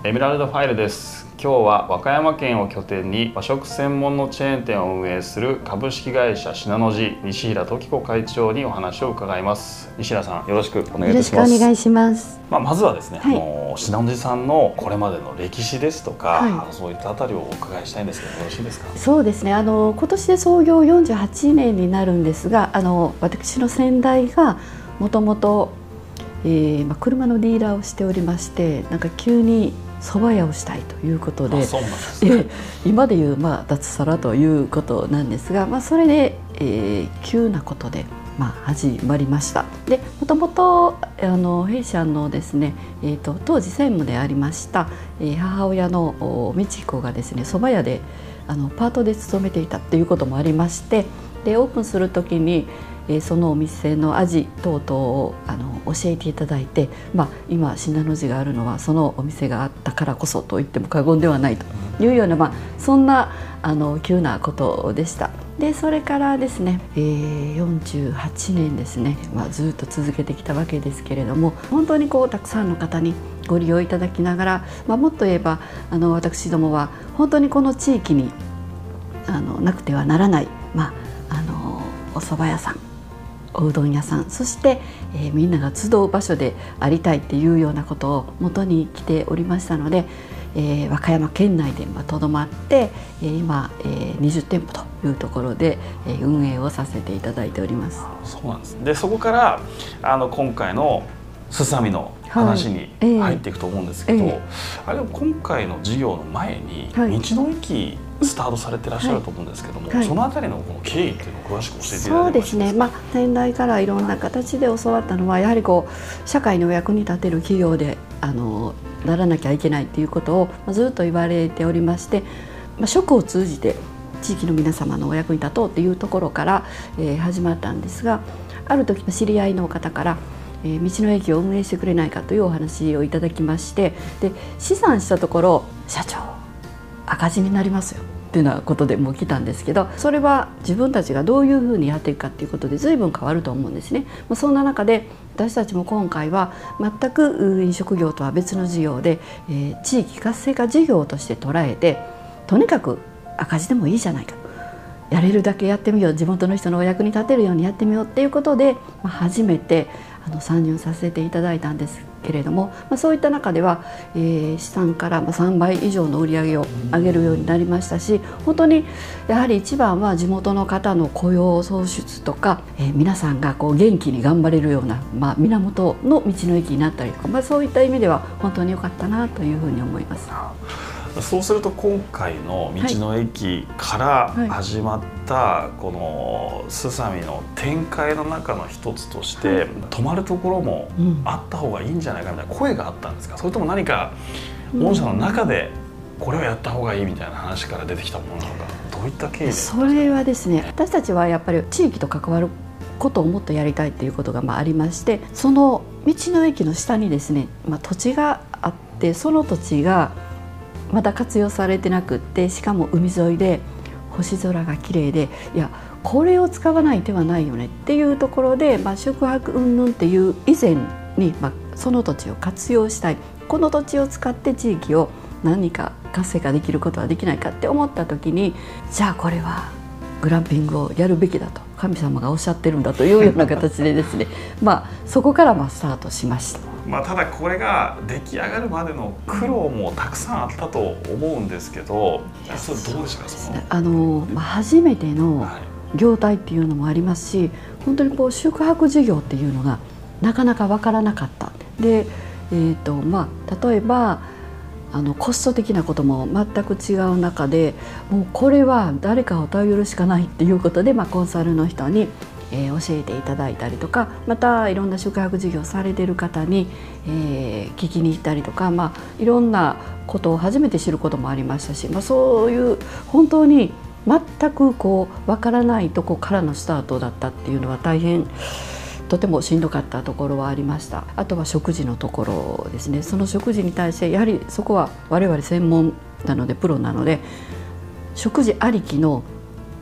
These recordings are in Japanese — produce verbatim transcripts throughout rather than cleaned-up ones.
エメラルドファイルです。今日は和歌山県を拠点に和食専門のチェーン店を運営する株式会社信濃路西平時子会長にお話を伺います。西平さん、よろしくお願いいたします。 よろしくお願いします。 まあ、まずはですね、 はい、 あの信濃路さんのこれまでの歴史ですとか、はい、そういったあたりをお伺いしたいんですけど、よろしいですか。 そうですね。あの今年で創業よんじゅうはちねんになるんですが、あの私の先代がもともと車のディーラーをしておりまして、なんか急に蕎麦屋をしたいということで、 そうなんですね、 今でいう、まあ、脱サラということなんですが、まあ、それで、えー、急なことで、まあ、始まりました。でもともとあの弊社のですね、えー、と当時専務でありました、えー、母親の美智子がですね蕎麦屋であのパートで勤めていたということもありまして、でオープンする時にそのお店の味等々をあの教えていただいて、まあ、今信濃路があるのはそのお店があったからこそと言っても過言ではないというような、まあ、そんなあの急なことでした。でそれからですね、えー、よんじゅうはちねんですね、まあ、ずっと続けてきたわけですけれども、本当にこうたくさんの方にご利用いただきながら、まあ、もっと言えばあの私どもは本当にこの地域にあのなくてはならない、まあ、あのお蕎麦屋さん、おうどん屋さん、そして、えー、みんなが集う場所でありたいっていうようなことを元に来ておりましたので、えー、和歌山県内でとどまって、えー、今、えー、にじゅってんぽというところで、えー、運営をさせていただいております。 そうなんです。でそこからあの今回のすさみの話に入っていくと思うんですけど、はい、えー、あれは今回の事業の前に、はい、道の駅スタートされてらっしゃると思うんですけども、はい、そのあたりのこの経緯っていうのを詳しく教えていただけますか。 そうですね、まあ、先代からいろんな形で教わったのは、やはりこう社会のお役に立てる企業であのならなきゃいけないということを、まあ、ずっと言われておりまして、まあ、食を通じて地域の皆様のお役に立とうというところから、えー、始まったんですが、ある時知り合いの方からえー、道の駅を運営してくれないかというお話をいただきまして、で試算したところ、社長赤字になりますよっていうようなことでもう来たんですけど、それは自分たちがどういうふうにやっていくかということで随分変わると思うんですね。まあ、そんな中で私たちも今回は全く飲食業とは別の事業で、えー、地域活性化事業として捉えて、とにかく赤字でもいいじゃないか、やれるだけやってみよう、地元の人のお役に立てるようにやってみようっていうことで、まあ、初めてあの参入させていただいたんですけれども、まあ、そういった中では、えー、資産からさんばい以上の売り上げを上げるようになりましたし、本当にやはり一番は地元の方の雇用創出とか、えー、皆さんがこう元気に頑張れるような、まあ、源の道の駅になったりとか、まあ、そういった意味では本当に良かったなというふうに思います。 そうすると今回の道の駅から始まったこのすさみの展開の中の一つとして、泊まるところもあった方がいいんじゃないかみたいな声があったんですか、それとも何か御社の中でこれをやった方がいいみたいな話から出てきたものなのか、どういった経緯ですか。 それはですね、私たちはやっぱり地域と関わることをもっとやりたいということがまあありまして、その道の駅の下にですね、まあ、土地があって、その土地がまだ活用されてなくって、しかも海沿いで星空が綺麗で、いやこれを使わない手はないよねっていうところで、まあ、宿泊云々っていう以前に、まあ、その土地を活用したい、この土地を使って地域を何か活性化できることはできないかって思った時に、じゃあこれはグランピングをやるべきだと神様がおっしゃってるんだというような形でですねまあそこからまあスタートしました。 まあ、ただこれが出来上がるまでの苦労もたくさんあったと思うんですけど、それどうですか。そのあの、まあ、初めての業態っていうのもありますし、本当にこう宿泊事業っていうのがなかなか分からなかった。で、えーとまあ、例えばあのコスト的なことも全く違う中で、もうこれは誰かを頼るしかないっていうことで、まあ、コンサルの人にえー、教えていただいたりとか、またいろんな宿泊事業されている方に、えー、聞きに行ったりとか、まあ、いろんなことを初めて知ることもありましたし、まあ、そういう本当に全くこう分からないとこからのスタートだったっていうのは大変とてもしんどかったところはありました。あとは食事のところですね。その食事に対してやはりそこは我々専門なのでプロなので、食事ありきの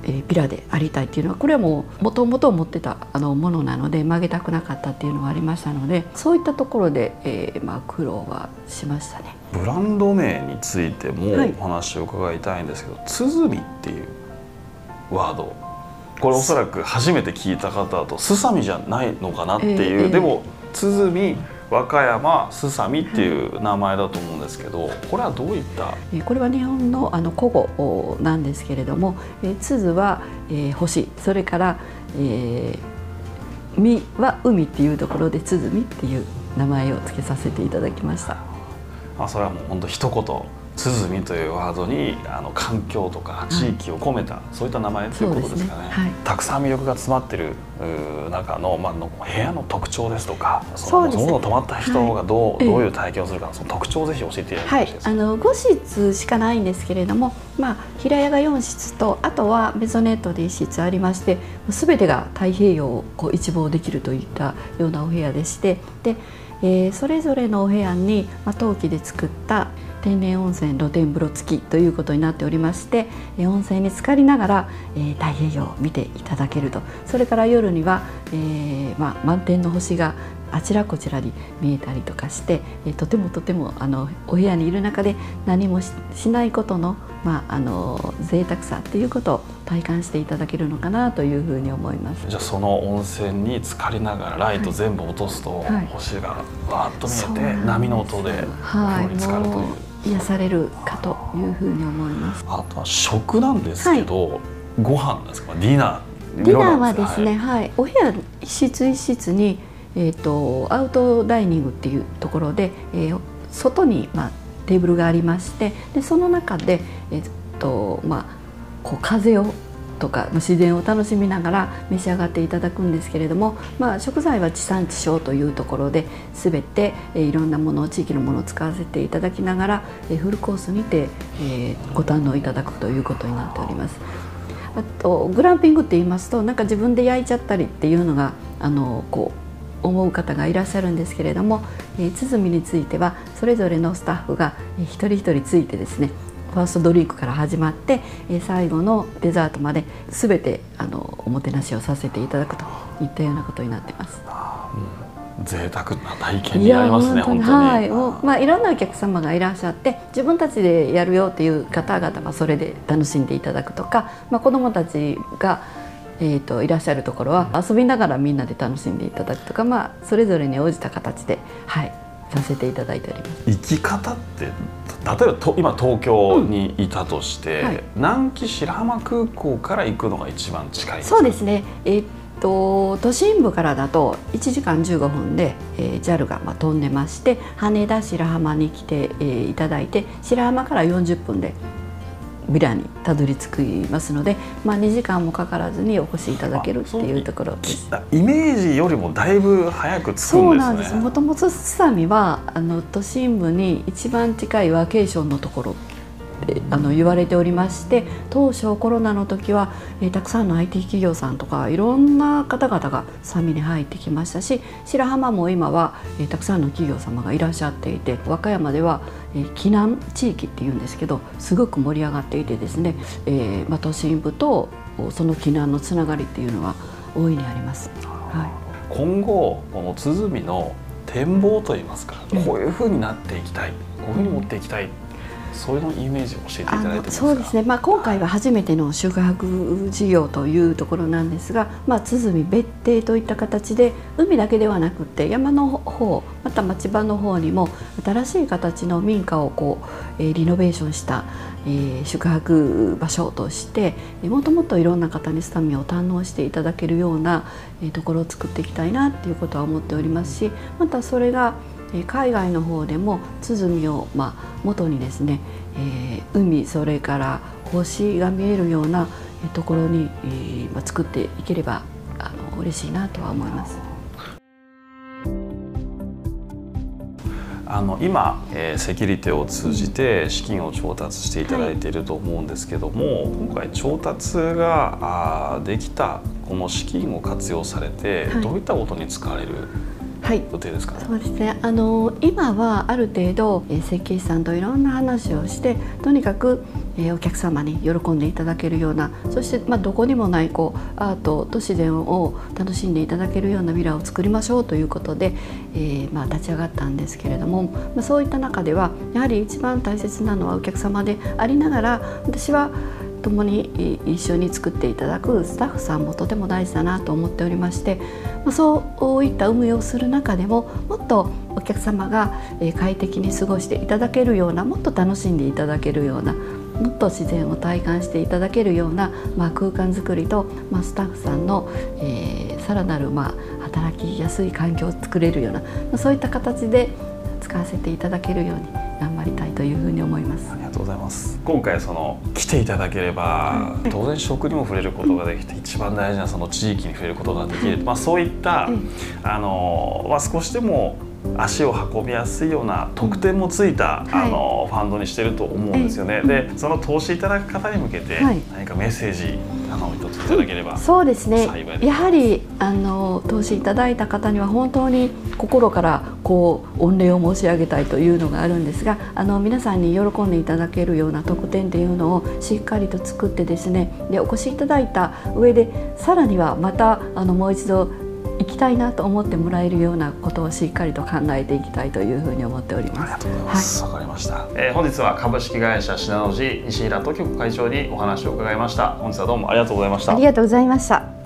えー、ビラでありたいっていうのはこれはもうもともと持ってたあのものなので曲げたくなかったっていうのがありましたので、そういったところで、えーまあ、苦労はしましたね。 ブランド名についてもお話を伺いたいんですけど、はい、鼓っていうワード、これおそらく初めて聞いた方だとすさみじゃないのかなっていう、えー、でも鼓和歌山すさみっていう名前だと思うんですけど、これはどういった？ これは日本のあの古語なんですけれども、鼓は、えー、星、それから、えー、みは海っていうところで鼓っていう名前を付けさせていただきました。 あ、それはもう本当一言鼓というワードにあの環境とか地域を込めた、はい、そういった名前ということですかね。はい、たくさん魅力が詰まっている中の、まあ、の部屋の特徴ですとか、そのその泊まった人がどう、はい、どういう体験をするか、その特徴をぜひ教えていただきたいです。 はい、あのご室しかないんですけれども、まあ、平屋がよん室とあとはメゾネットでいち室ありまして、全てが太平洋をこう一望できるといったようなお部屋でして、で、えー、それぞれのお部屋に、まあ、陶器で作った天然温泉露天風呂付きということになっておりまして、温泉に浸かりながら、えー、太平洋を見ていただけると。それから夜には、えーまあ、満天の星があちらこちらに見えたりとかして、えー、とてもとてもあのお部屋にいる中で何も し, しないことの、まあ、あの贅沢さっていうことを体感していただけるのかなというふうに思います。 じゃあその温泉に浸かりながらライト全部落とすと、はい、星がわーっと見えて、波の音でお風呂に浸かるという、はい、 癒されるかというふうに思います。 あとは食なんですけど、はい、ご飯ですか、ディナー。ディナーはですね、はいはい、お部屋一室一室に、えー、とアウトダイニングっていうところで、えー、外に、まあ、テーブルがありまして、でその中で、えーとまあ、こう風をとか自然を楽しみながら召し上がっていただくんですけれども、まあ、食材は地産地消というところで全て、えー、いろんなものを地域のものを使わせていただきながら、えー、フルコースにて、えー、ご堪能いただくということになっております。あとグランピングって言いますと、なんか自分で焼いちゃったりっていうのがあのこう思う方がいらっしゃるんですけれども、えー、鼓についてはそれぞれのスタッフが、えー、一人一人ついてですね、ファーストドリンクから始まって、えー、最後のデザートまで全てあのおもてなしをさせていただくといったようなことになっています。 あ、うん、贅沢な体験になりますね。本当に、 はい、もうまあいろんなお客様がいらっしゃって、自分たちでやるよっていう方々はそれで楽しんでいただくとか、まあ、子どもたちがえーといらっしゃるところは遊びながらみんなで楽しんでいただくとか、まあ、それぞれに応じた形で、はい、させていただいております。 生き方って例えばと今東京にいたとして、うん、はい、南紀白浜空港から行くのが一番近いですか？ そうですね、えーと都心部からだといちじかんじゅうごふんで、えー、ジャル がまあ飛んでまして、羽田白浜に来て、えー、いただいて、白浜からよんじゅっぷんでビラにたどり着きますので、まあ、にじかんもかからずにお越しいただけるっていうところです。 イメージよりもだいぶ早く着くんですね。 そうなんです。もともとすさみはあの都心部に一番近いワーケーションのところってあの言われておりまして、当初コロナの時は、えー、たくさんの アイティー 企業さんとかいろんな方々がサミに入ってきましたし、白浜も今は、えー、たくさんの企業様がいらっしゃっていて、和歌山では、えー、避難地域っていうんですけど、すごく盛り上がっていてですね、えーまあ、都心部とその避難のつながりっていうのは大いにあります。はい、 今後この鼓の展望といいますか、うん、こういうふうになっていきたい、こういうふうに持っていきたい、うん、そういうのイメージを教えていただいてますか？ そうですね、まあ、今回は初めての宿泊事業というところなんですが、まあ、鼓別邸といった形で海だけではなくて山の方、また町場の方にも新しい形の民家をこう、えー、リノベーションした、えー、宿泊場所として、もっともっといろんな方にスタミを堪能していただけるような、えー、ところを作っていきたいなっていうことは思っておりますし、またそれが海外の方でも鼓をまあ元にですね、えー、海それから星が見えるようなところに、えーまあ、作っていければあの嬉しいなとは思います。 あの今、えー、セキュリティを通じて資金を調達していただいていると思うんですけども、はい、今回調達があできたこの資金を活用されて、はい、どういったことに使われる予定ですか？ はい、そうですね。あの今はある程度、えー、設計士さんといろんな話をして、とにかく、えー、お客様に喜んでいただけるような、そして、まあ、どこにもないこうアートと自然を楽しんでいただけるような未来を作りましょうということで、えーまあ、立ち上がったんですけれども、まあ、そういった中ではやはり一番大切なのはお客様でありながら、私は共に一緒に作っていただくスタッフさんもとても大事だなと思っておりまして、そういった運営をする中でももっとお客様が快適に過ごしていただけるような、もっと楽しんでいただけるような、もっと自然を体感していただけるような、まあ、空間づくりと、まあ、スタッフさんの、えー、さらなる、まあ、働きやすい環境を作れるような、まあ、そういった形で使わせていただけるように頑張りたいというふうに思います。 ありがとうございます。今回その来ていただければ、うん、当然食にも触れることができて、うん、一番大事なその地域に触れることができる、うん、まあ、そういった、うん、あのまあ、少しでも足を運びやすいような特典もついた、うん、あの、はい、ファンドにしてると思うんですよね。でその投資いただく方に向けて、はい、何かメッセージあの一ついただければ、うん、 そうですね。やはりあの投資いただいた方には本当に心からこう御礼を申し上げたいというのがあるんですが、あの皆さんに喜んでいただけるような特典っていうのをしっかりと作ってですね、でお越しいただいた上でさらにはまたあのもう一度行きたいなと思ってもらえるようなことをしっかりと考えていきたいというふうに思っております。 ありがとうございます。わ、はい、かりました。えー、本日は株式会社信濃路西平当局会長にお話を伺いました。本日はどうもありがとうございました。 ありがとうございました。